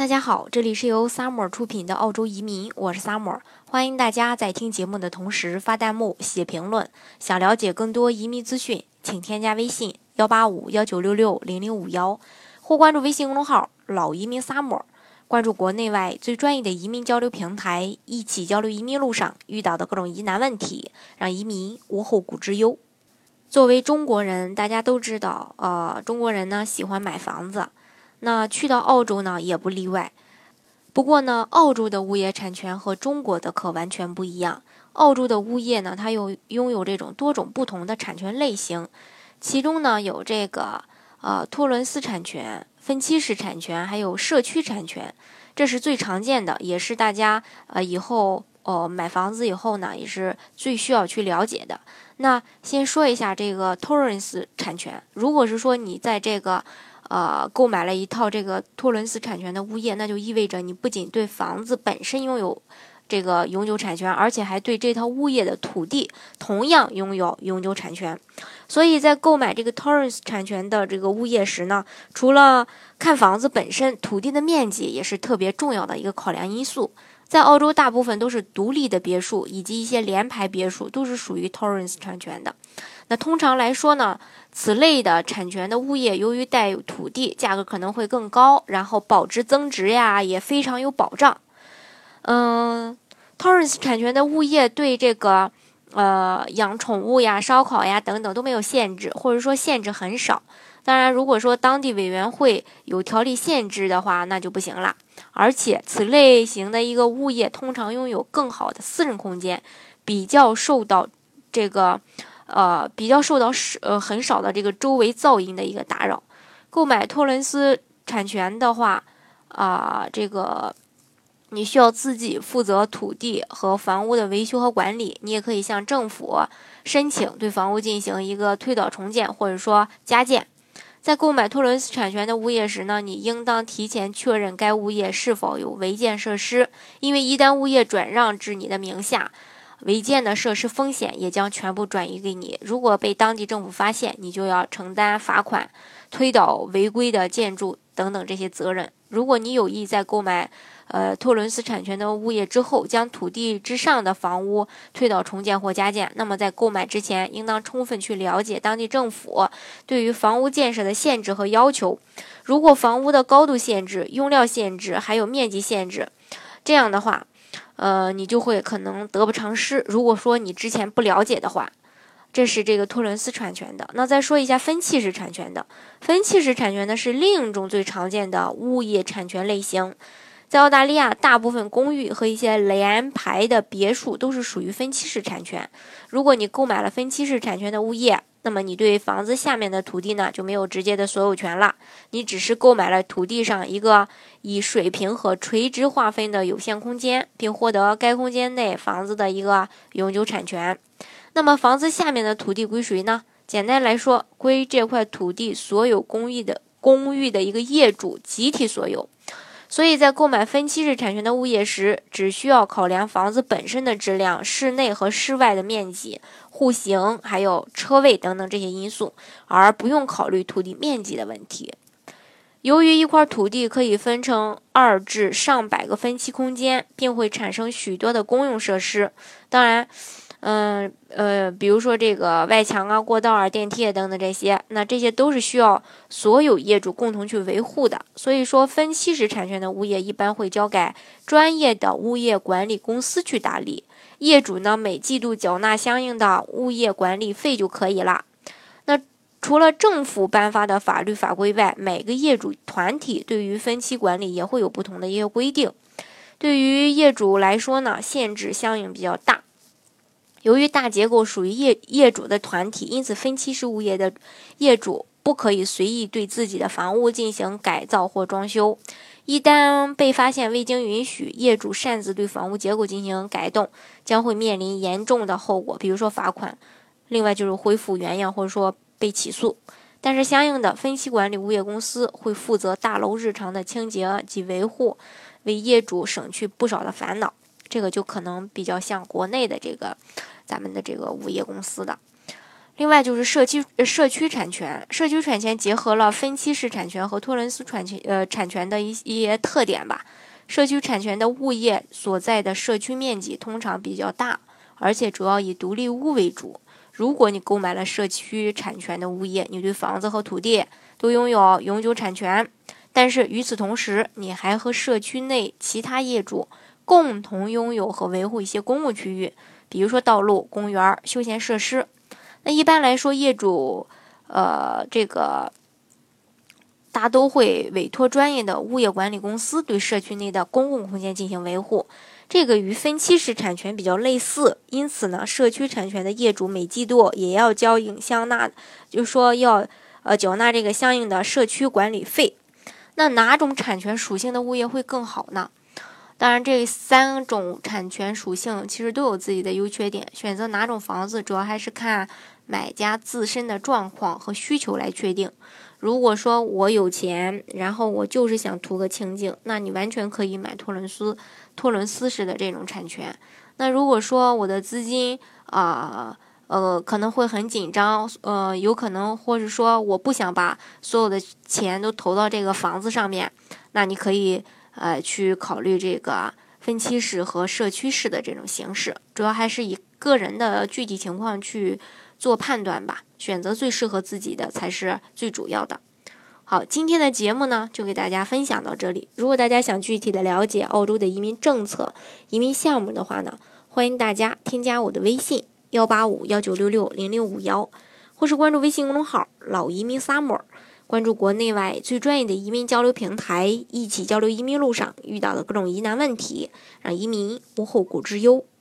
大家好，这里是由 Summer 出品的澳洲移民，我是 Summer， 欢迎大家在听节目的同时发弹幕、写评论。想了解更多移民资讯，请添加微信18519660051，或关注微信公众号老移民 Summer， 关注国内外最专业的移民交流平台，一起交流移民路上遇到的各种疑难问题，让移民无后顾之忧。作为中国人，大家都知道，中国人呢喜欢买房子。那去到澳洲呢也不例外，不过呢，澳洲的物业产权和中国的可完全不一样。澳洲的物业呢，它拥有这种多种不同的产权类型，其中呢有这个托伦斯产权、分期式产权，还有社区产权，这是最常见的，也是大家以后买房子以后呢，也是最需要去了解的。那先说一下这个托伦斯产权，如果是说你在这个购买了一套这个托伦斯产权的物业，那就意味着你不仅对房子本身拥有这个永久产权，而且还对这套物业的土地同样拥有永久产权。所以在购买这个托伦斯产权的这个物业时呢，除了看房子本身，土地的面积也是特别重要的一个考量因素。在澳洲，大部分都是独立的别墅以及一些联排别墅都是属于托伦斯产权的。那通常来说呢，此类的产权的物业由于带有土地，价格可能会更高，然后保值增值呀也非常有保障。托伦斯产权的物业对这个养宠物呀、烧烤呀等等都没有限制，或者说限制很少。当然，如果说当地委员会有条例限制的话，那就不行了。而且，此类型的一个物业通常拥有更好的私人空间，比较受到很少的这个周围噪音的一个打扰。购买托伦斯产权的话，你需要自己负责土地和房屋的维修和管理，你也可以向政府申请对房屋进行一个推倒重建或者说加建。在购买托伦斯产权的物业时呢，你应当提前确认该物业是否有违建设施，因为一旦物业转让至你的名下，违建的设施风险也将全部转移给你。如果被当地政府发现，你就要承担罚款、推倒违规的建筑等等这些责任。如果你有意在购买托伦斯产权的物业之后，将土地之上的房屋推倒重建或加建，那么在购买之前，应当充分去了解当地政府对于房屋建设的限制和要求。如果房屋的高度限制、用料限制，还有面积限制，这样的话，你就会可能得不偿失。如果说你之前不了解的话，这是这个托伦斯产权的。那再说一下分期式产权的。分期式产权呢是另一种最常见的物业产权类型。在澳大利亚，大部分公寓和一些联排的别墅都是属于分期式产权。如果你购买了分期式产权的物业，那么你对房子下面的土地呢就没有直接的所有权了，你只是购买了土地上一个以水平和垂直划分的有限空间，并获得该空间内房子的一个永久产权。那么房子下面的土地归谁呢？简单来说，归这块土地所有公寓的一个业主集体所有。所以在购买分期式产权的物业时，只需要考量房子本身的质量、室内和室外的面积、户型，还有车位等等这些因素，而不用考虑土地面积的问题。由于一块土地可以分成2至上百个分期空间，并会产生许多的公用设施，当然比如说这个外墙啊、过道啊、电梯等等这些，那这些都是需要所有业主共同去维护的。所以说，分期式产权的物业一般会交给专业的物业管理公司去打理，业主呢每季度缴纳相应的物业管理费就可以了。那除了政府颁发的法律法规外，每个业主团体对于分期管理也会有不同的一些规定。对于业主来说呢，限制相应比较大。由于大结构属于业主的团体，因此分期式物业的业主不可以随意对自己的房屋进行改造或装修。一旦被发现未经允许，业主擅自对房屋结构进行改动，将会面临严重的后果，比如说罚款，另外就是恢复原样或者说被起诉。但是相应的分期管理物业公司会负责大楼日常的清洁及维护，为业主省去不少的烦恼。这个就可能比较像国内的咱们的这个物业公司的。 另外就是社区产权，社区产权结合了分期式产权和托伦斯产权的一些特点吧。社区产权的物业所在的社区面积通常比较大，而且主要以独立屋为主。如果你购买了社区产权的物业，你对房子和土地都拥有永久产权，但是与此同时，你还和社区内其他业主共同拥有和维护一些公共区域，比如说道路、公园、休闲设施。那一般来说，业主大都会委托专业的物业管理公司对社区内的公共空间进行维护。这个与分期式产权比较类似，因此呢，社区产权的业主每季度也要交纳这个相应的社区管理费。那哪种产权属性的物业会更好呢？当然，这3种产权属性其实都有自己的优缺点，选择哪种房子主要还是看买家自身的状况和需求来确定。如果说我有钱，然后我就是想图个清静，那你完全可以买托伦斯式的这种产权。那如果说我的资金可能会很紧张，有可能或是说我不想把所有的钱都投到这个房子上面，那你可以去考虑这个分期式和社区式的这种形式，主要还是以个人的具体情况去做判断吧，选择最适合自己的才是最主要的。好，今天的节目呢就给大家分享到这里。如果大家想具体的了解澳洲的移民政策、移民项目的话呢，欢迎大家添加我的微信18519660051，或是关注微信公众号老移民 Summer， 关注国内外最专业的移民交流平台，一起交流移民路上遇到的各种疑难问题，让移民无后顾之忧。